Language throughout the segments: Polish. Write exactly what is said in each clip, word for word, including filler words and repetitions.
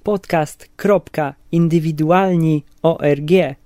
podcast kropka indywidualni kropka org.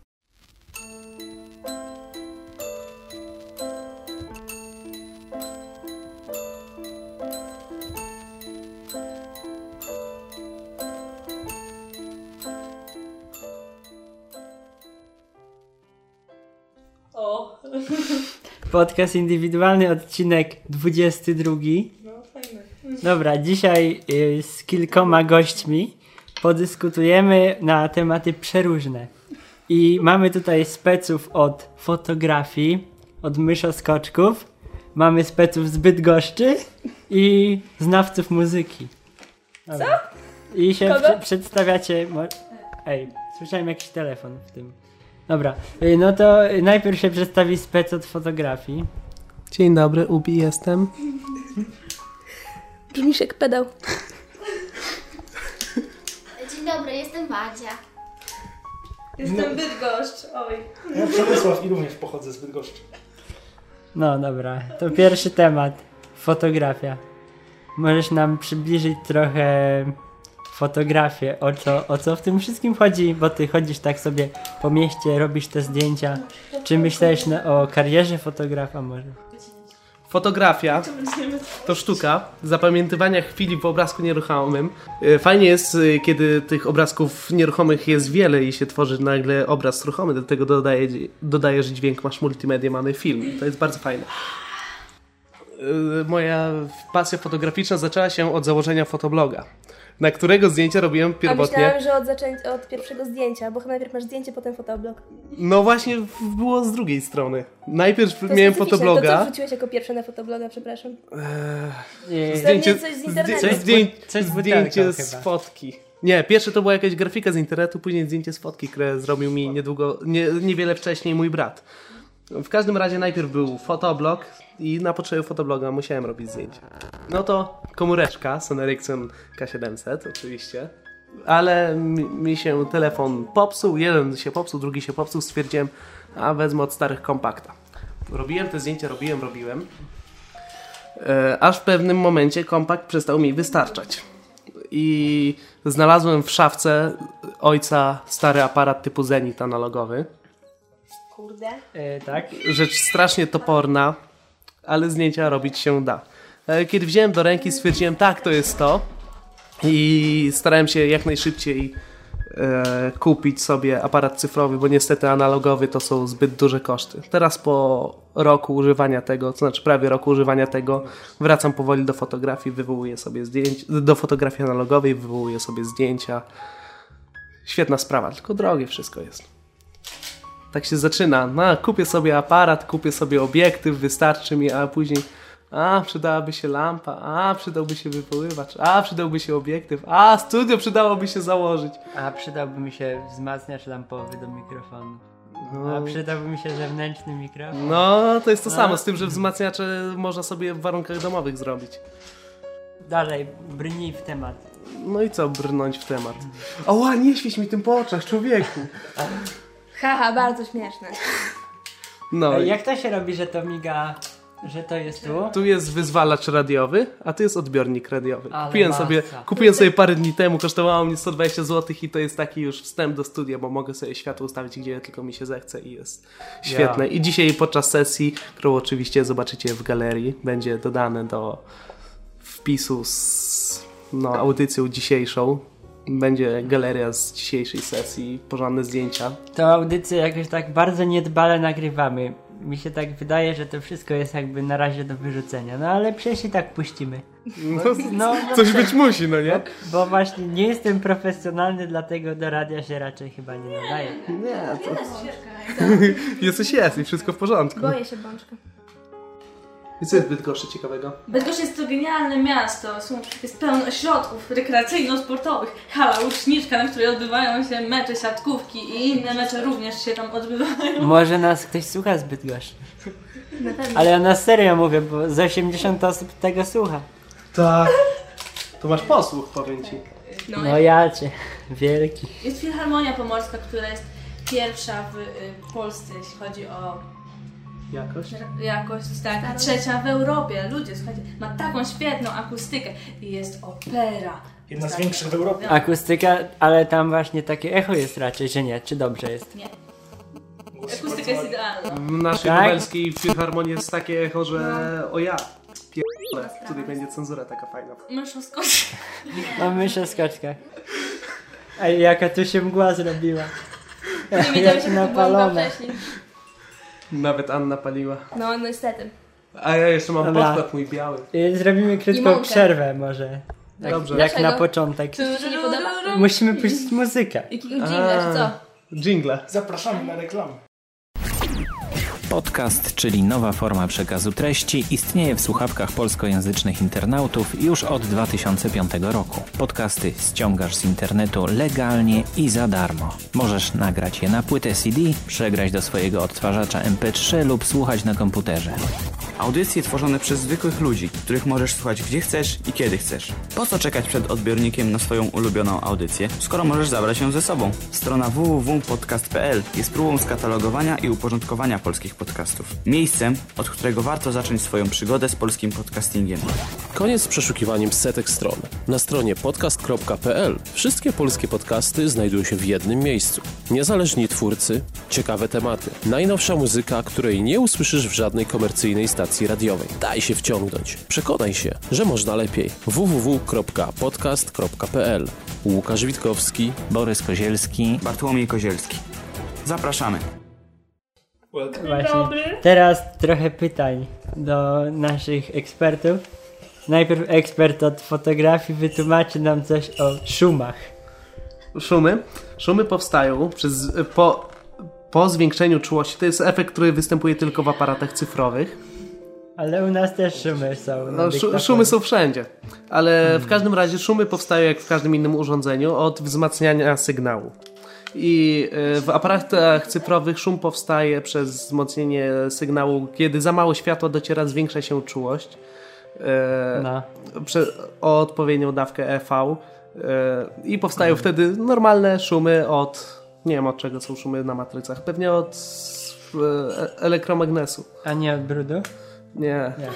O. Podcast indywidualny, odcinek dwudziesty drugi. No, fajny. Dobra, dzisiaj y, z kilkoma gośćmi podyskutujemy na tematy przeróżne. I mamy tutaj speców od fotografii, od myszoskoczków, mamy speców z Bydgoszczy i znawców muzyki. Dobra. Co? I się Kogo? prze- przedstawiacie... Mo- Ej, słyszałem jakiś telefon w tym. Dobra, y, no to najpierw się przedstawi spec od fotografii. Dzień dobry, Ubi jestem. Brzmisz jak pedał. Dzień dobry, jestem Wadzia. Jestem Bydgoszcz, oj. Ja Przemysław i również pochodzę z Bydgoszczy. No dobra, to pierwszy temat. Fotografia. Możesz nam przybliżyć trochę fotografię, o co, o co w tym wszystkim chodzi, bo ty chodzisz tak sobie po mieście, robisz te zdjęcia. Czy myślałeś na, o karierze fotografa może? Fotografia to sztuka zapamiętywania chwili w obrazku nieruchomym. E, Fajnie jest, e, kiedy tych obrazków nieruchomych jest wiele i się tworzy nagle obraz ruchomy, do tego dodaje, dodajesz dźwięk, masz multimedia, mamy film. To jest bardzo fajne. E, Moja pasja fotograficzna zaczęła się od założenia fotobloga, na którego zdjęcia robiłem A pierwotnie. myślałam, że od, zaczę- od pierwszego zdjęcia, bo chyba najpierw masz zdjęcie, potem fotoblog. No właśnie było z drugiej strony. Najpierw To miałem specyficzne. fotobloga. To co wrzuciłeś jako pierwsze na fotobloga, przepraszam? Nie, Zdjęcie, Pewnie coś z internetu. zdję- zdję- Coś z zdjęcie butelką z chyba. fotki. Nie, pierwsze to była jakaś grafika z internetu, później zdjęcie z fotki, które zrobił mi niedługo, nie, niewiele wcześniej mój brat. W każdym razie najpierw był fotoblog i na potrzeby fotobloga musiałem robić zdjęcia. No to komóreczka, Sony Ericsson K siedemset oczywiście, ale mi, mi się telefon popsuł, jeden się popsuł, drugi się popsuł, stwierdziłem, a wezmę od starych kompakta. Robiłem te zdjęcia, robiłem, robiłem. E, aż w pewnym momencie kompakt przestał mi wystarczać. I znalazłem w szafce ojca stary aparat typu Zenit analogowy. Kurde. E, tak? Rzecz strasznie toporna, ale zdjęcia robić się da. E, Kiedy wziąłem do ręki, stwierdziłem, tak, to jest to. I starałem się jak najszybciej e, kupić sobie aparat cyfrowy, bo niestety analogowy to są zbyt duże koszty. Teraz po roku używania tego, to znaczy prawie roku używania tego, wracam powoli do fotografii, wywołuję sobie zdjęcia, do fotografii analogowej, wywołuję sobie zdjęcia. Świetna sprawa, tylko drogie wszystko jest. Tak się zaczyna. No, kupię sobie aparat, kupię sobie obiektyw, wystarczy mi, a później a, przydałaby się lampa, a, przydałby się wywoływacz, a, przydałby się obiektyw, a, studio przydałoby się założyć. A przydałby mi się wzmacniacz lampowy do mikrofonu. No, A przydałby mi się zewnętrzny mikrofon. no to jest to No. samo, z tym, że wzmacniacze można sobie w warunkach domowych zrobić. Dalej, brnij w temat. No i co brnąć w temat? Oła, nie świeć mi tym po oczach, człowieku. Haha, bardzo śmieszne. No, Ej, jak to się robi, że to miga, że to jest tu? tu jest wyzwalacz radiowy, a tu jest odbiornik radiowy. Ale Kupiłem masa. sobie, kupiłem sobie parę dni temu, kosztowało mnie sto dwadzieścia złotych i to jest taki już wstęp do studia, bo mogę sobie światło ustawić, gdzie tylko mi się zechce i jest świetne. Ja. I dzisiaj podczas sesji, którą oczywiście zobaczycie w galerii, będzie dodane do wpisu z no, audycją dzisiejszą. Będzie galeria z dzisiejszej sesji, porządne zdjęcia. To audycję jakoś tak bardzo niedbale nagrywamy. Mi się tak wydaje, że to wszystko jest jakby na razie do wyrzucenia. No ale przecież i tak puścimy. No, No, no coś być musi, no nie? Bo właśnie nie jestem profesjonalny, dlatego do radia się raczej chyba nie nadaje. Nie, to... Jesteś jest i wszystko w porządku. Boję się bączka. I co jest w Bydgoszczy ciekawego? Bydgoszcz jest to genialne miasto, są, jest pełno ośrodków rekreacyjno-sportowych, hala łuczniczka, na której odbywają się mecze siatkówki i inne mecze również się tam odbywają. Może nas ktoś słucha z Bydgoszczy. Na pewno. Ale ja na serio mówię, bo z osiemdziesiąt osób tego słucha. Tak. To masz posłuch, powiem ci. No, No ja cię, wielki. Jest Filharmonia Pomorska, która jest pierwsza w y, Polsce, jeśli chodzi o Jakość? jakość, tak, i trzecia w Europie. Ludzie, słuchajcie, ma taką świetną akustykę. I jest opera, Jedna z większych w Europie. Akustyka, ale tam właśnie takie echo jest raczej, że nie? Czy dobrze jest? Nie. Akustyka jest idealna. W naszej Tak? lubelskiej filharmonii jest takie echo, że o ja, pierdolę, tutaj będzie cenzura taka fajna. Myszo skoczy. Mam myszę skoczkę. Ej, jaka tu się mgła zrobiła. Nie widziałam Jak się napalone. wcześniej. Nawet Anna paliła. No, no niestety. A ja jeszcze mam Dobra. podkład mój biały. Y, Zrobimy I krótką mąkę. przerwę może. Tak, Dobrze. jak Dlaczego? na początek. Czy ci się nie podoba? Musimy puścić muzykę. Jakiego dżingla, czy co? Jingle. Zapraszamy na reklamę. Podcast, czyli nowa forma przekazu treści, istnieje w słuchawkach polskojęzycznych internautów już od dwa tysiące piątego roku. Podcasty ściągasz z internetu legalnie i za darmo. Możesz nagrać je na płytę C D, przegrać do swojego odtwarzacza M P trzy lub słuchać na komputerze. Audycje tworzone przez zwykłych ludzi, których możesz słuchać gdzie chcesz i kiedy chcesz. Po co czekać przed odbiornikiem na swoją ulubioną audycję, skoro możesz zabrać ją ze sobą? Strona w w w kropka podcast kropka p l jest próbą skatalogowania i uporządkowania polskich podcastów. Miejscem, od którego warto zacząć swoją przygodę z polskim podcastingiem. Koniec z przeszukiwaniem setek stron. Na stronie podcast kropka p l wszystkie polskie podcasty znajdują się w jednym miejscu. Niezależni twórcy, ciekawe tematy, najnowsza muzyka, której nie usłyszysz w żadnej komercyjnej stacji radiowej. Daj się wciągnąć. Przekonaj się, że można lepiej. w w w kropka podcast kropka p l. Łukasz Witkowski, Borys Kozielski. Bartłomiej Kozielski. Zapraszamy. Właśnie. Teraz trochę pytań do naszych ekspertów. Najpierw ekspert od fotografii wytłumaczy nam coś o szumach. Szumy. Szumy powstają przez, po, po zwiększeniu czułości. To jest efekt, który występuje tylko w aparatach cyfrowych. Ale u nas też szumy są. na No, dyktafonie. szumy są wszędzie. Ale w każdym razie szumy powstają jak w każdym innym urządzeniu od wzmacniania sygnału. I w aparatach cyfrowych szum powstaje przez wzmocnienie sygnału. Kiedy za mało światła dociera, zwiększa się czułość. No. Prze- o odpowiednią dawkę E V i powstają wtedy normalne szumy od, nie wiem od czego są szumy na matrycach, pewnie od e, elektromagnesu. A nie od brudu? Nie. Nie.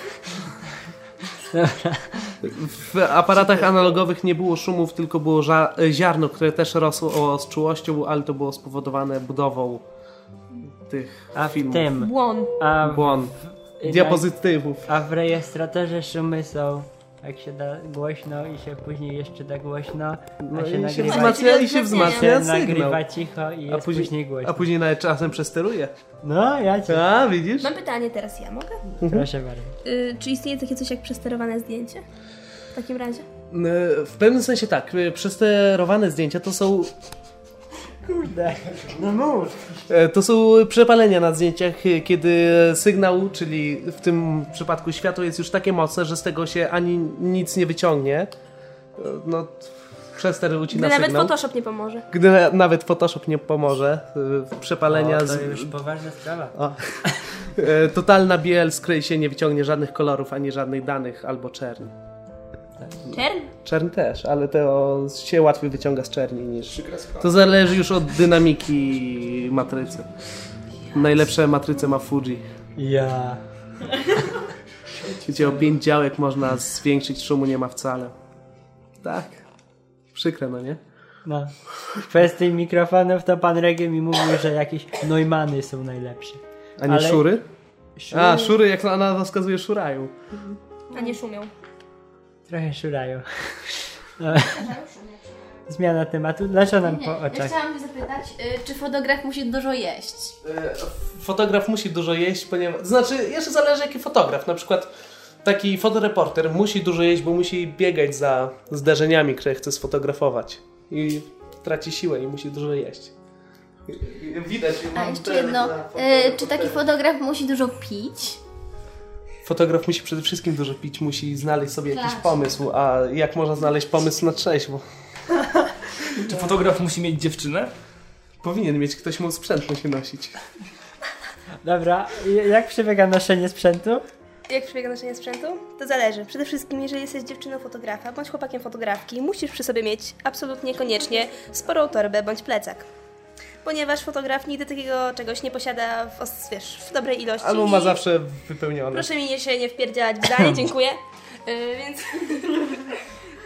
W aparatach analogowych nie było szumów, tylko było ża- ziarno, które też rosło z czułością, ale to było spowodowane budową tych A w filmów. tym. Błon. A w, Błon. Diapozytywów. a w rejestratorze szumy są, jak się da głośno i się później jeszcze da głośno, a No się i się nagrywa, wzmacnia, i się się wzmacnia sygnał. nagrywa cicho i A jest później, później głośno. a później nawet czasem przesteruje. No, ja cię. A, widzisz? Mam pytanie teraz, ja mogę? Proszę bardzo. Y, czy istnieje takie coś jak przesterowane zdjęcie? W takim razie? W pewnym sensie tak. Przesterowane zdjęcia to są Kurde, no mów. E, To są przepalenia na zdjęciach, kiedy sygnał, czyli w tym przypadku światło jest już takie mocne, że z tego się ani nic nie wyciągnie. E, No, przester ucina Gdy nawet sygnał. Photoshop nie pomoże. Gdy na- nawet Photoshop nie pomoże. e, Przepalenia O, to z... już poważna sprawa. O. E, Totalna biel skryj się, nie wyciągnie żadnych kolorów, ani żadnych danych, albo czerni. Czern? Czern też, ale to się łatwiej wyciąga z czerni niż... To zależy już od dynamiki matrycy. Najlepsze matryce ma Fuji. Ja. Gdzie o pięć działek można zwiększyć, szumu nie ma wcale. Tak. Przykre, no nie? No. W kwestii mikrofonów to pan Regie mi mówił, że jakieś Neumanny są najlepsze. A nie Ale- szury? Szury A, szury, jak ona wskazuje, szurają. A nie szumią. trochę szurają. No. Zmiana tematu. Dlaczego nam po Ja oczach? chciałam zapytać, y, czy fotograf musi dużo jeść? E, Fotograf musi dużo jeść, ponieważ... Znaczy, jeszcze zależy jaki fotograf. Na przykład taki fotoreporter musi dużo jeść, bo musi biegać za zdarzeniami, które chce sfotografować. I traci siłę i musi dużo jeść. Widać. A mam jeszcze ten jedno, na y, fotoreporterze. czy taki fotograf musi dużo pić? Fotograf musi przede wszystkim dużo pić, musi znaleźć sobie jakiś Tak. pomysł, a jak można znaleźć pomysł na trzeźwo? Czy fotograf musi mieć dziewczynę? Powinien mieć, ktoś mu sprzęt musi nosić. Dobra, i- jak przebiega noszenie sprzętu? Jak przebiega noszenie sprzętu? To zależy. Przede wszystkim, jeżeli jesteś dziewczyną fotografa bądź chłopakiem fotografki, musisz przy sobie mieć absolutnie koniecznie sporą torbę bądź plecak. Ponieważ fotograf nigdy takiego czegoś nie posiada w, os- wiesz, w dobrej ilości. Albo ma i- zawsze wypełnione. Proszę mi się nie wpierdzielać w zdanie, dziękuję. Yy, więc...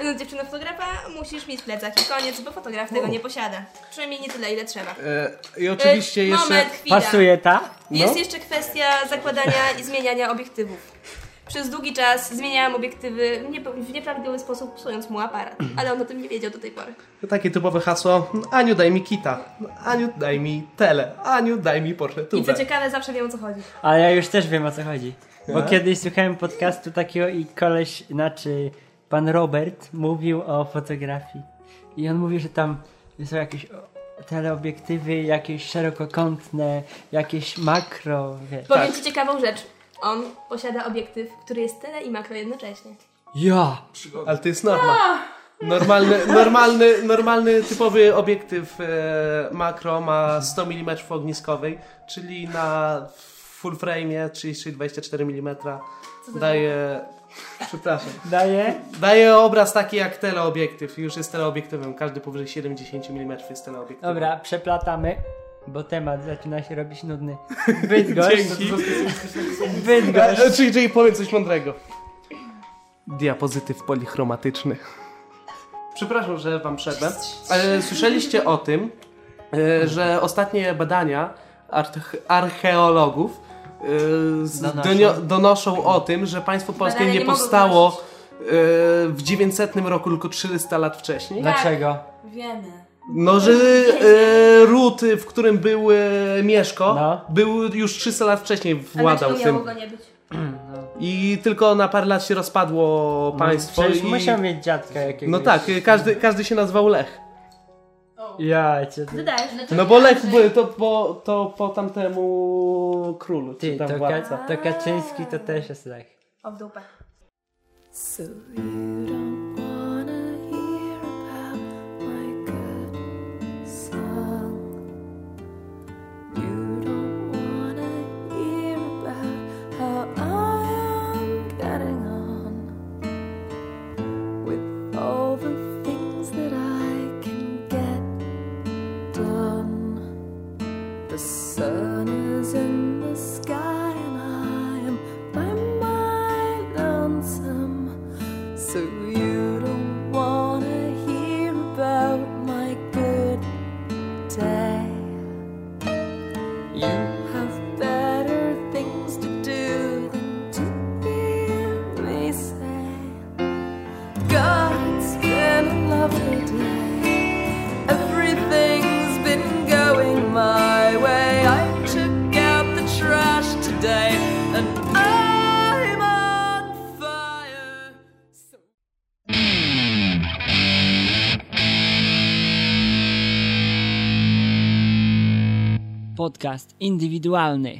Będąc dziewczyną fotografa, musisz mieć plecak i koniec, bo fotograf tego nie posiada. Przynajmniej nie tyle, ile trzeba. E, I oczywiście e, jeszcze... Moment, chwila. Pasuje ta? Jest No. jeszcze kwestia zakładania i zmieniania obiektywów. Przez długi czas zmieniałam obiektywy w, nie, w nieprawidłowy sposób, psując mu aparat. Ale on o tym nie wiedział do tej pory. Takie typowe hasło. Aniu, daj mi kita. Aniu, daj mi tele. Aniu, daj mi I co portretówę. ciekawe, zawsze wiem, o co chodzi. Ale ja już też wiem, o co chodzi. Bo Tak? kiedyś słuchałem podcastu takiego i koleś, znaczy pan Robert mówił o fotografii. I on mówił, że tam są jakieś teleobiektywy, jakieś szerokokątne, jakieś makro, wiesz. Powiem Ci ciekawą rzecz. On posiada obiektyw, który jest tele i makro jednocześnie. Ja! Ale to jest norma. Normalny, normalny, normalny typowy obiektyw e, makro ma sto milimetrów ogniskowej, czyli na full frame trzydzieści dwadzieścia cztery milimetry daje... Przepraszam. Daje? Daje obraz taki jak teleobiektyw. Już jest teleobiektywem. Każdy powyżej siedemdziesiąt milimetrów jest teleobiektywem. Dobra, przeplatamy, bo temat zaczyna się robić nudny. Bydgoszcz. Dzięki. Bydgoszcz. E, Czyli, czyli powiem coś mądrego. Diapozytyw polichromatyczny. Przepraszam, że wam przerwę. Ale słyszeliście o tym, e, że ostatnie badania arche- archeologów e, z- Donoszą. donio- donoszą o tym, że państwo polskie Badania nie nie mogą powstało e, w dziewięćsetnym roku, tylko trzysta lat wcześniej. Dlaczego? Wiemy. No, że e, ród, w którym był e, Mieszko, No. był już trzysta lat wcześniej A władał dlaczego miało tym. go nie być? I tylko na parę lat się rozpadło państwo. Przecież i... musiał mieć dziadka jakiegoś. No tak, każdy, każdy się nazywał Lech. Ja cię... Dodajesz. No bo Lech był to po, to po tamtemu królu, Ty, czy tam to, władca. Ka- to Kaczyński to też jest lech. O w dupę. So you don't wanna hear about my good song. You don't wanna hear about how I am getting on with all the things that I can get done. The sun is in the sky and I am by my lonesome. So you don't wanna hear about my good day. You have better things to do than to hear me say, God, it's been a lovely day. Everything's been going my way. I took out the trash today and I'm on fire. So Podcast indywidualny.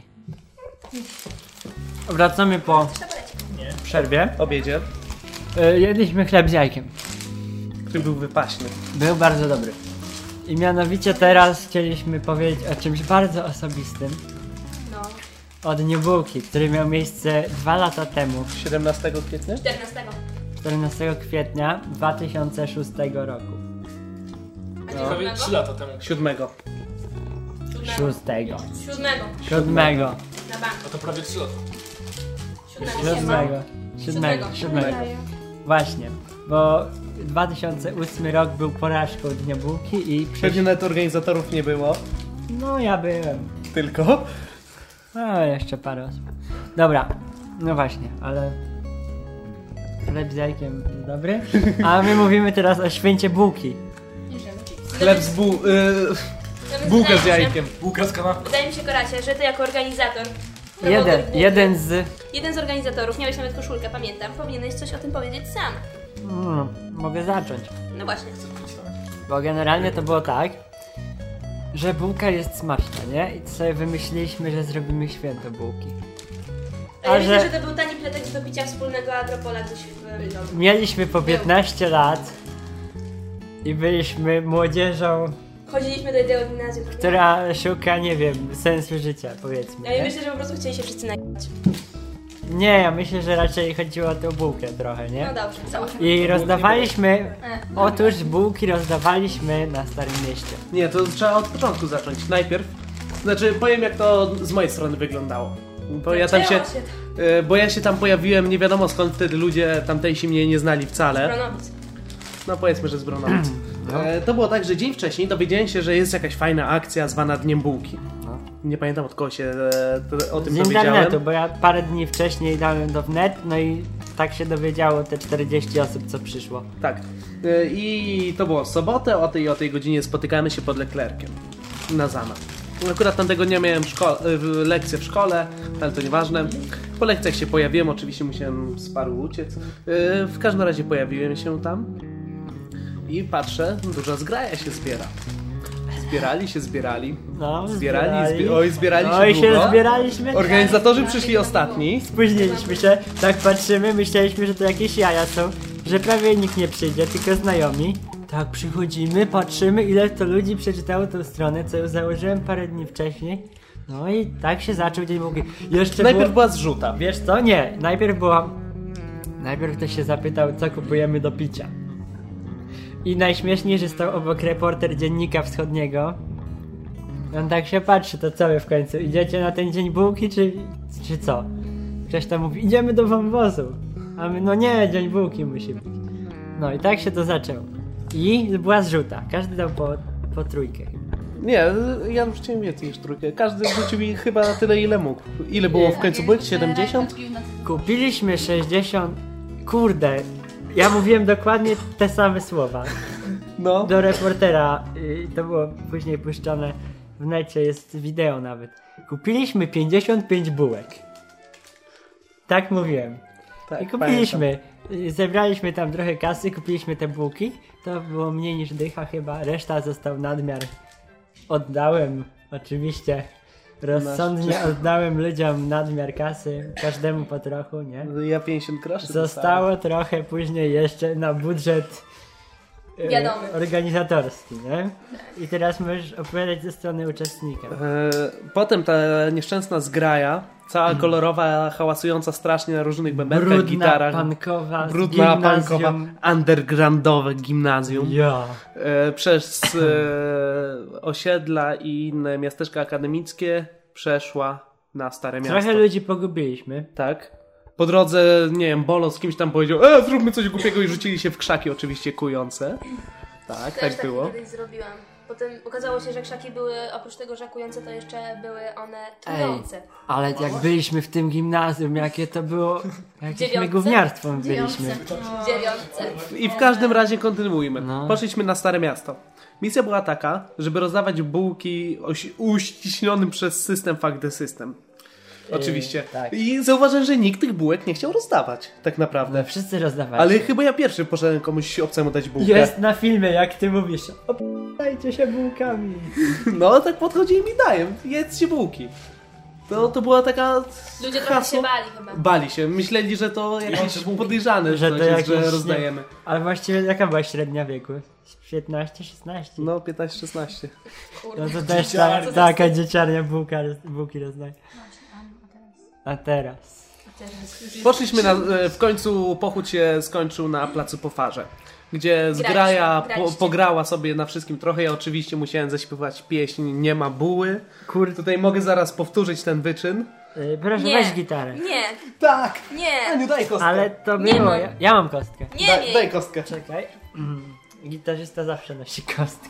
Wracamy po przerwie. Obiedzie, Y, Jedliśmy chleb z jajkiem. który był wypaśny. Był bardzo dobry. I mianowicie teraz chcieliśmy powiedzieć o czymś bardzo osobistym. No. O Dniu Bułki, który miał miejsce dwa lata temu, siedemnastego kwietnia? czternastego. czternastego kwietnia dwa tysiące szóstego roku. Prawie trzy lata temu. siódmego. Szóstego. Siódmego. Siódmego. Na bank. A to prawie trzy lata. Siódmego. Siódmego. Siódmego. Siódmego. Właśnie. Bo dwa tysiące ósmy rok był porażką Dnia Bułki i Pewnie przecież... nawet organizatorów nie było. No ja byłem. Tylko? A jeszcze parę osób. Dobra. No właśnie, ale... Chleb z jajkiem jest dobry. A my mówimy teraz o święcie bułki. Chleb z bu... Y, Natomiast bułka wydaje z mi się- jajkiem. Bułka z kanapą. Wydaje mi się, Koracie, że ty jako organizator... Jeden, promotor bułki, jeden z... Jeden z organizatorów, miałeś nawet koszulkę, pamiętam, powinieneś coś o tym powiedzieć sam. Mm, mogę zacząć. No właśnie. Bo generalnie to było tak, że bułka jest smaczna, nie? I sobie wymyśliliśmy, że zrobimy święto bułki. A ja A myślę, że- że to był tani pletek do picia wspólnego Agropola gdzieś w domu. Mieliśmy po piętnaście lat i byliśmy młodzieżą, Chodziliśmy do jednego gimnazjum. która szuka, nie wiem, sensu życia, powiedzmy. Ja Nie, myślę, że po prostu chcieli się wszyscy najeść. nie ja myślę, że raczej chodziło o tę bułkę trochę, nie? No dobrze, załóżmy. I rozdawaliśmy, E. otóż bułki rozdawaliśmy na Starym Mieście. Nie, to trzeba od początku zacząć. Najpierw, znaczy powiem jak to z mojej strony wyglądało. Bo ja tam się, Zaczęło się. y, bo ja się tam pojawiłem, nie wiadomo skąd wtedy ludzie tamtejsi mnie nie znali wcale. Bronowic. No powiedzmy, że z Bronowic. E, to było tak, że dzień wcześniej dowiedziałem się, że jest jakaś fajna akcja zwana Dniem Bułki. No. Nie pamiętam od kogo się e, to, o tym Z dowiedziałem. internetu, bo ja parę dni wcześniej dałem to w net, no i tak się dowiedziało te czterdzieści osób, co przyszło. Tak. E, I to było w sobotę, o tej o tej godzinie spotykamy się pod Leclerciem na zamach. Akurat tamtego dnia miałem szko- lekcję w szkole, ale to nieważne. Po lekcjach się pojawiłem, oczywiście musiałem z paru uciec. Yy, w każdym razie pojawiłem się tam i patrzę, duża zgraja się zbiera. Zbierali się, zbierali. No, zbierali, zbierali. zbi- oj, zbierali się Oj, długo. się zbieraliśmy. Organizatorzy przyszli ostatni. Spóźniliśmy się, tak patrzymy, myśleliśmy, że to jakieś jaja są, że prawie nikt nie przyjdzie, tylko znajomi. Tak, przychodzimy, patrzymy, ile to ludzi przeczytało tą stronę, co ją założyłem parę dni wcześniej. No i tak się zaczął Dzień Bułki. Jeszcze Najpierw było... była zrzuta. Wiesz co? Nie, najpierw była... Najpierw ktoś się zapytał, co kupujemy do picia. I najśmieszniej, że stał obok reporter Dziennika Wschodniego. On tak się patrzy, to co wy w końcu? Idziecie na ten Dzień Bułki, czy, czy co? Ktoś tam mówi, idziemy do wąwozu. A my, no nie, Dzień Bułki musi być. No i tak się to zaczęło. I była zrzuta. Każdy dał po, po trójkę. Nie, ja już chciałem więcej niż trójkę. Każdy wrzucił mi chyba tyle, ile mógł. Ile było w końcu byłek? siedemdziesiąt? Kupiliśmy sześćdziesiąt... Kurde, ja mówiłem dokładnie te same słowa. No. Do reportera. y, To było później puszczone w necie, jest wideo nawet. Kupiliśmy pięćdziesiąt pięć bułek. Tak mówiłem. Tak, I kupiliśmy. y, Zebraliśmy tam trochę kasy, kupiliśmy te bułki. To było mniej niż dycha chyba. Reszta został nadmiar. Oddałem, oczywiście. Rozsądnie oddałem ludziom nadmiar kasy. Każdemu po trochu, nie? Ja pięćdziesiąt groszy Zostało trochę później jeszcze na budżet e, Wiadomo. organizatorski, nie? I teraz możesz opowiadać ze strony uczestnika. E, Potem ta nieszczęsna zgraja, cała kolorowa, hałasująca strasznie na różnych bębenkach, Brudna, gitarach. punkowa, z Brudna, gimnazjum. punkowa, undergroundowe gimnazjum. Ja. E, Przez e, osiedla i inne miasteczka akademickie przeszła na Stare Miasto. Trochę ludzi pogubiliśmy. Tak. Po drodze, nie wiem, Bolo z kimś tam powiedział, e, zróbmy coś głupiego i rzucili się w krzaki, oczywiście kujące. Tak, Też tak było. kiedyś zrobiłam. Potem okazało się, że krzaki były, oprócz tego, że kujące, to jeszcze były one trujące. Ale jak byliśmy w tym gimnazjum, jakie to było... Jakieś my Dziewiątce? gówniarstwem byliśmy. W dziewiątce. I w każdym razie kontynuujmy. No. Poszliśmy na Stare Miasto. Misja była taka, żeby rozdawać bułki oś- uściślonym przez system Fuck the System. Oczywiście. tak. I zauważyłem, że nikt tych bułek nie chciał rozdawać, tak naprawdę. No, wszyscy rozdawali. Ale chyba ja pierwszy poszedłem komuś obcemu dać bułkę. Jest na filmie, jak ty mówisz, opdajcie się bułkami. No, tak podchodzi i mi daję, jedzcie bułki. To, to była taka... Ludzie trochę hasło. się bali chyba. Bali się, myśleli, że to jakieś podejrzane, Że że, to jest, jakieś, że nie- rozdajemy. Ale właściwie jaka była średnia wieku? piętnaście szesnaście? No, piętnaście szesnaście. No to też ta, taka dzieciarnia bułka, bułki rozdaje. A teraz? Poszliśmy na, e, w końcu pochód się skończył na placu Pofarze, gdzie zgraja po, graliście. pograła sobie na wszystkim trochę. Ja oczywiście musiałem zaśpiewać pieśń Nie ma buły. Kurde. Tutaj mogę zaraz powtórzyć ten wyczyn. Yy, proszę, Nie. weź gitarę. Nie, Tak! nie. Aniu, daj kostkę. Ale to Nie było... mam. Ja, ja mam kostkę. Nie Da, miej. daj kostkę. Czekaj. Mm. Gitarzysta zawsze nosi kostkę.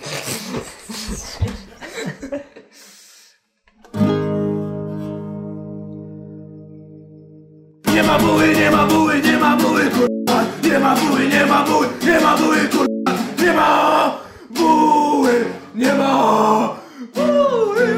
Nie ma buły, nie ma buły, nie ma buły, kurwa. Nie ma buły, nie ma buły, nie ma buły, kurwa. Nie ma buły, nie ma buły.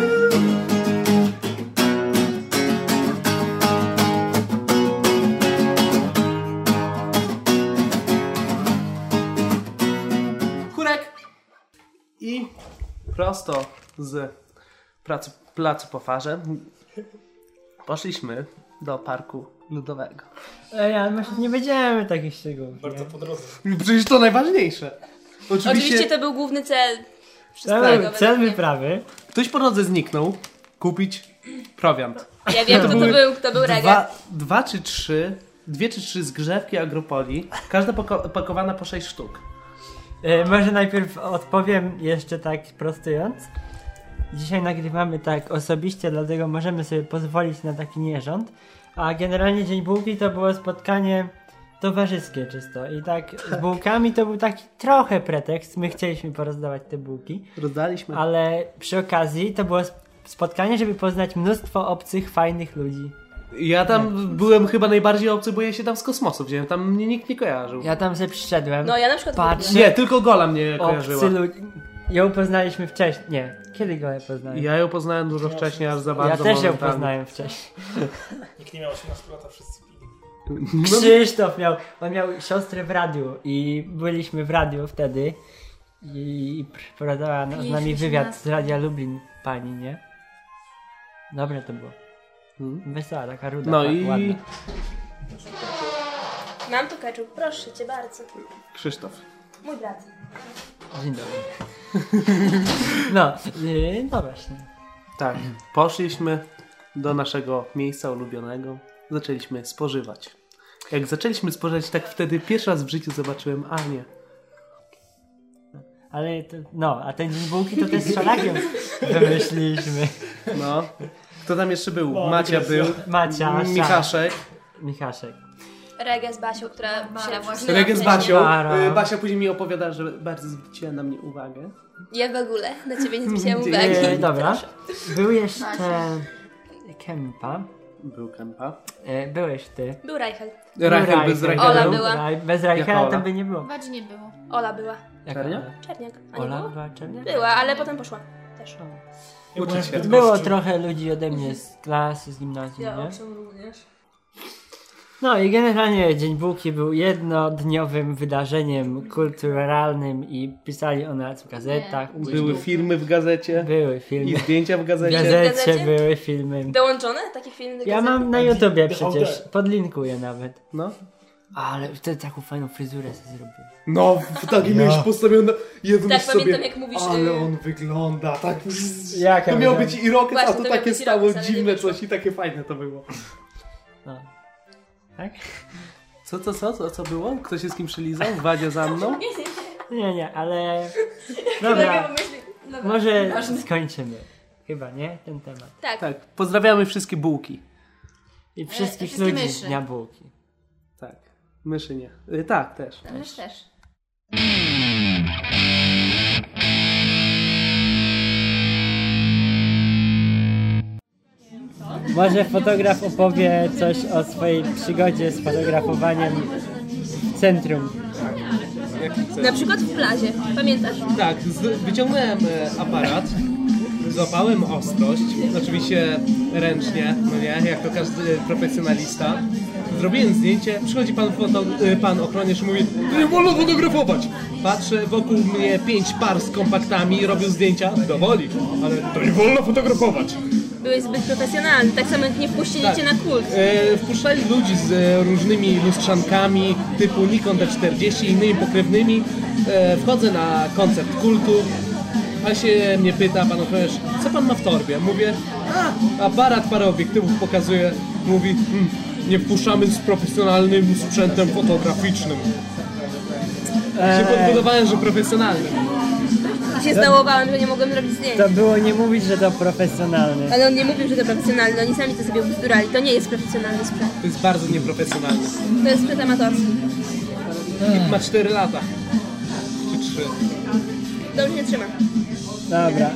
Chórek! I prosto z placu, placu Pofarze poszliśmy do parku ludowego. Ej, ale my nie będziemy takich szczegółów. Bardzo nie? po drodze. Przecież to najważniejsze. Oczywiście, Oczywiście to był główny cel To wszystkiego. był według cel mnie. wyprawy. ktoś po drodze zniknął kupić prowiant. Ja wiem, kto to były był, kto był reggae. Dwa, dwa czy trzy, dwie czy trzy zgrzewki Agropolii, każda pako- pakowana po sześć sztuk. E, może najpierw odpowiem jeszcze tak prostując. Dzisiaj nagrywamy tak osobiście, dlatego możemy sobie pozwolić na taki nierząd. A generalnie Dzień Bułki to było spotkanie towarzyskie czysto. I tak z bułkami to był taki trochę pretekst. My chcieliśmy porozdawać te bułki. Rozdaliśmy. Ale przy okazji to było spotkanie, żeby poznać mnóstwo obcych, fajnych ludzi. Ja tam byłem chyba najbardziej obcy, bo ja się tam z kosmosu wziąłem. Tam mnie nikt nie kojarzył. Ja tam sobie przyszedłem. No ja na przykład... Patrzę, Nie, tylko Gola mnie kojarzyła. obcy ludzie. Ją poznaliśmy wcześniej. Nie, kiedy go poznałem? Ja ją poznałem dużo wcześniej, aż za bardzo Ja też ją momentami. poznałem wcześniej. Nikt nie miał osiemnastu lat, a wszyscy pili. Krzysztof miał, on miał siostrę w radiu i byliśmy w radiu wtedy i przeprowadzała z nami wywiad z Radia Lublin pani, nie? Dobre to było. Hmm? Wesoła, taka ruda, no tak, i... ładna. Mam tu ketchup, proszę cię bardzo. Krzysztof. Mój brat. Dzień dobry. No, yy, no właśnie. Tak, poszliśmy do naszego miejsca ulubionego. Zaczęliśmy spożywać. Jak zaczęliśmy spożywać, tak wtedy pierwszy raz w życiu zobaczyłem Anię. Ale to, no, a ten dzień bułki to też z szalakiem wymyśliliśmy. No. Kto tam jeszcze był? No, Macia był. Macia, Michaszek. Michaszek. Regę z Basią, która się właśnie. Regę z Basią. Bara. Y, Basia później mi opowiada, że bardzo zwróciła na mnie uwagę. Ja w ogóle na ciebie nie zwróciłam uwagi. E, dobra. Był jeszcze Kempa. Był Kempa. E, byłeś ty. Był Reichel. Reichel bez Reichela. Ola była. Raj, bez Reichela to by nie było. Wadzi nie było. Ola była. Jaka Czerniak? Ola? Czerniak. A nie Ola było? była Czerniak? Była, ale potem poszła. Też. Uczyć się. Było trochę ludzi ode mnie z klasy, z gimnazjum, Ja nie? owszem również. No i generalnie Dzień Bułki był jednodniowym wydarzeniem kulturalnym i pisali o nas w gazetach. Nie. Były filmy w gazecie. Były filmy. I zdjęcia w W gazecie. gazecie, W gazecie? były filmy. Dołączone? Takie filmy do Ja gazety? mam na YouTubie przecież, podlinkuję nawet. No. Ale wtedy taką fajną fryzurę sobie zrobiłem. No, w takim miałeś postawione. Jezu, Tak, sobie, pamiętam jak mówisz... ale y, on wygląda tak. Jaka To miał wygląda? być irokes, Właśnie, a to to miał takie być stało irokes, ale nie dziwne wyszło. coś i takie fajne to było. No. Tak? Co, co, co, co, co było? Kto się z kim przylizał? Wadzia za mną? Nie, nie, ale... Dobra, może skończymy. Chyba, nie? Ten temat. Tak. Tak. Pozdrawiamy wszystkie bułki. I wszystkich wszystkie ludzi myszy. z Dnia Bułki. Tak. Myszy nie. Y, tak, też. Mysz też. Może fotograf opowie coś o swojej przygodzie z fotografowaniem w centrum. Na przykład w plazie. Pamiętasz? Tak, z, wyciągnąłem e, aparat, złapałem ostrość, oczywiście ręcznie, no nie, jak to każdy profesjonalista. Zrobiłem zdjęcie, przychodzi pan, foto, e, pan ochroniarz i mówi: nie wolno fotografować! Patrzę, wokół mnie pięć par z kompaktami, robią zdjęcia, dowoli, ale to nie wolno fotografować. Byłeś zbyt profesjonalny. Tak samo jak nie wpuścili Tak. cię na kult. E, wpuszczali ludzi z e, różnymi lustrzankami typu Nikon D czterdzieści i innymi pokrewnymi. E, wchodzę na koncert kultu, a się mnie pyta pan ochroniarz, co pan ma w torbie? Mówię, a aparat, parę obiektywów pokazuje. Mówi, hm, nie wpuszczamy z profesjonalnym sprzętem fotograficznym. Się podbudowałem, że profesjonalnym. I się zdołowałam, że nie mogłem zrobić zdjęć. To było nie mówić, że to profesjonalny. Ale on nie mówił, że to profesjonalne. Oni sami to sobie bzdurali. To nie jest profesjonalny sprzęt. To jest bardzo nieprofesjonalne. To jest sprzęt amatorski. I ma cztery lata. Czy trzy. Dobrze nie trzyma. Dobra.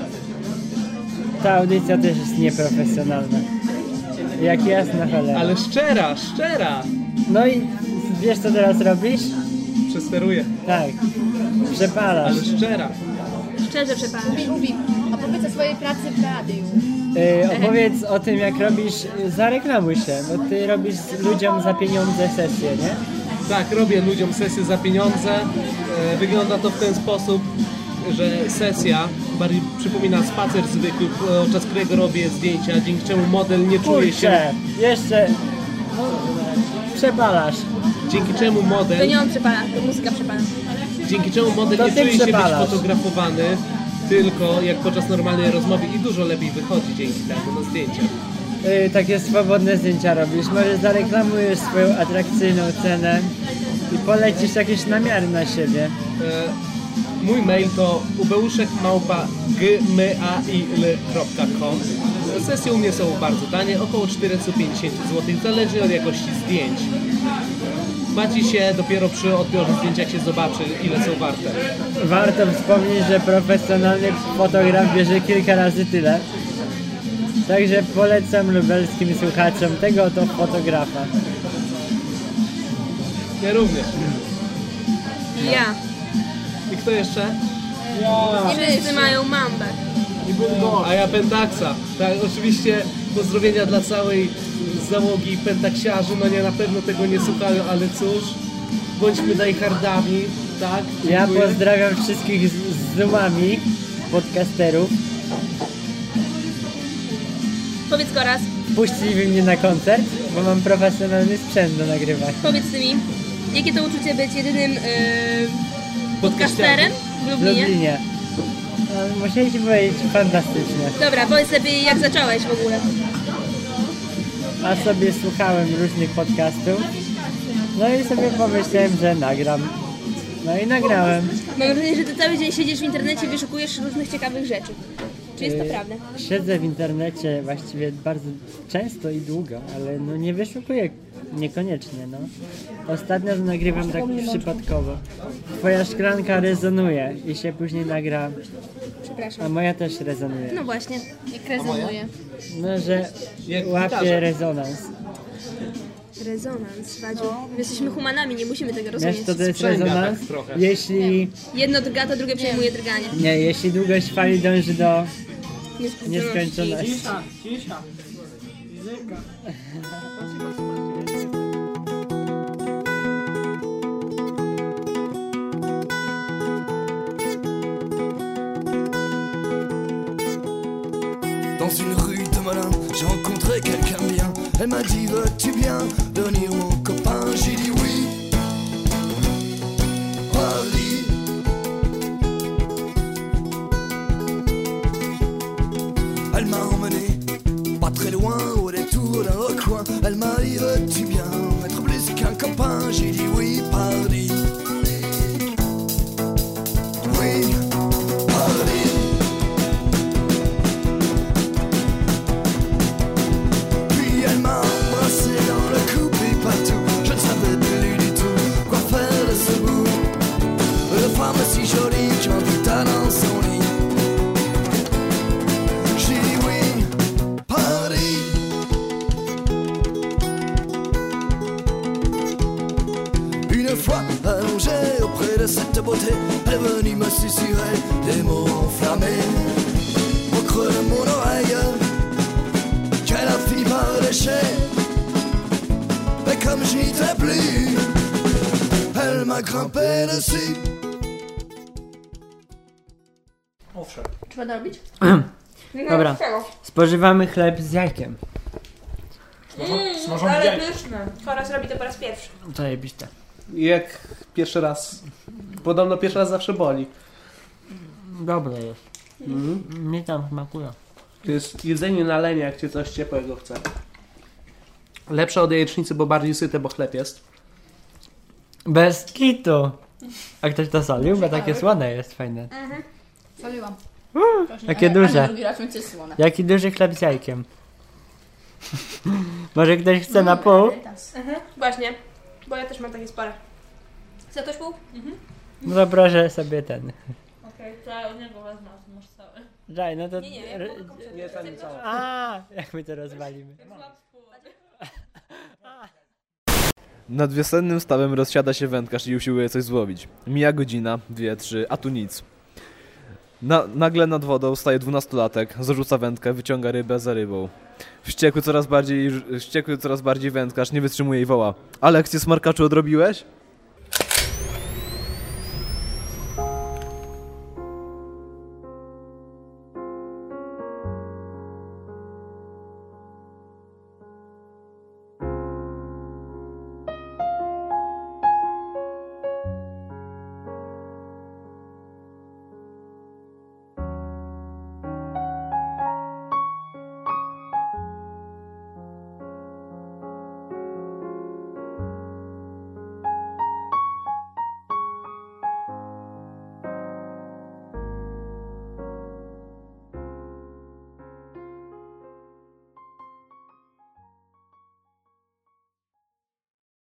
Ta audycja też jest nieprofesjonalna. Jak jasna cholera. Ale szczera, szczera. No i wiesz co teraz robisz? Przesteruję. Tak. Przepalasz. Ale szczera. Szczerze przepalam. Ubi, opowiedz o swojej pracy w radiu. Yy, opowiedz o tym, jak robisz, zareklamuj się, bo ty robisz ludziom za pieniądze sesje, nie? Tak, robię ludziom sesje za pieniądze. E, wygląda to w ten sposób, że sesja bardziej przypomina spacer zwykły, podczas którego robię zdjęcia, dzięki czemu model nie czuje się... Kurczę, jeszcze no, przepalasz. Dzięki czemu model... To nie on przepala, to muzyka przepala. Dzięki czemu model To nie ty czuje się być przepalasz. fotografowany, tylko jak podczas normalnej rozmowy i dużo lepiej wychodzi dzięki temu na zdjęciach. Yy, takie swobodne zdjęcia robisz, może zareklamujesz swoją atrakcyjną cenę i polecisz jakieś namiary na siebie. E, mój mail to ubeuszek małpa gmail kropka com. Sesje u mnie są bardzo tanie, około czterysta pięćdziesiąt złotych, zależnie od jakości zdjęć. płaci się dopiero przy odbiorze zdjęć, jak się zobaczy, ile są warte. Warto wspomnieć, że profesjonalny fotograf bierze kilka razy tyle. Także polecam lubelskim słuchaczom tego oto fotografa. Ja również. Ja. I kto jeszcze? Nie wszyscy mają mambę. A ja Pentaxa. Tak, oczywiście pozdrowienia dla całej załogi pentaksiarzy. No nie, na pewno tego nie słuchają, ale cóż. Bądźmy dajhardami, tak? Ja Dziękuję. pozdrawiam wszystkich z, z zoomami podcasterów. Powiedz go raz. Puścili mnie na koncert, bo mam profesjonalny sprzęt do nagrywania. Powiedz mi, jakie to uczucie być jedynym yy, podcasterem w W Lublinie? Lublinie. No, musiałem ci powiedzieć, fantastycznie. Dobra, powiedz lepiej, jak zacząłeś w ogóle. A sobie słuchałem różnych podcastów. No i sobie pomyślałem, że nagram. No i nagrałem. Mam wrażenie, że ty cały dzień siedzisz w internecie i wyszukujesz różnych ciekawych rzeczy. Czy jest to Yy, prawda? Siedzę w internecie właściwie bardzo często i długo, ale no nie wyszukuję niekoniecznie, no. Ostatnio to nagrywam tak przypadkowo. Twoja szklanka rezonuje i się później nagra, Przepraszam. a moja też rezonuje. No właśnie. Jak rezonuje. No, że Jak łapie gitarze. rezonans. Rezonans, Wadziu. My jesteśmy humanami, nie musimy tego rozumieć. Wiesz co to jest Sprzęga rezonans? tak trochę. Jeśli, Jedno drga, to drugie przejmuje drganie. nie, jeśli długość fali dąży do Nieskończoności. nieskończoności. Dans une rue de Melun, j'ai rencontré quelqu'un de bien. Elle m'a dit, veux-tu bien devenir mon copain? J'ai dit oui. Paris. Elle m'a emmené pas très loin, au détour d'un recoin. Elle m'a dit, veux-tu bien être plus qu'un copain? J'ai dit oui, Paris. Oui, Paris. Puis elle m'a embrassé dans le coupé partout. Je ne savais plus du tout quoi faire de ce bout. Une femme si jolie qui m'invita dans son lit. J'ai dit oui, Paris. Une fois allongé auprès de cette beauté, elle est venue me susurrer des mots enflammés au creux de mon oreille, qu'elle a fini par lécher. Mais comme j'y étais plus, elle m'a grimpé dessus. Owszem. Trzeba robić? Dobra, spożywamy chleb z jajkiem. Smażony Ale jajko. pyszne. Horace robi to po raz pierwszy. Zajebiste. Jak pierwszy raz. Podobno pierwszy raz zawsze boli. Dobre jest. Mhm. Mi tam smakuje. To jest jedzenie na lenie, jak cię coś ciepłego chce. Lepsze od jajecznicy, bo bardziej syte, bo chleb jest. Bez kitu. A ktoś to solił? Bo takie słone jest, fajne. Mhm. Soliłam. Proszę, Jakie ale- duże. ale drugi raz mi coś słone. Jaki duży chleb z jajkiem. Może ktoś chce na pół? Mhm, właśnie. Bo ja też mam takie spore. Chce ktoś pół? No to proszę sobie ten. Okej, to ja od niego wezmę, a ty masz cały. Daj, no to... Nie, nie, ja r- mogę komuś- Nie, to nie całe. A, jak my to rozwalimy. Nad wiosennym stawem rozsiada się wędkarz i usiłuje coś złowić. Mija godzina, dwie, trzy, a tu nic. Na, nagle nad wodą staje dwunastolatek, zarzuca wędkę, wyciąga rybę za rybą. Wściekły coraz bardziej, wściekły coraz bardziej wędkarz nie wytrzymuje i woła: a lekcję smarkaczu odrobiłeś?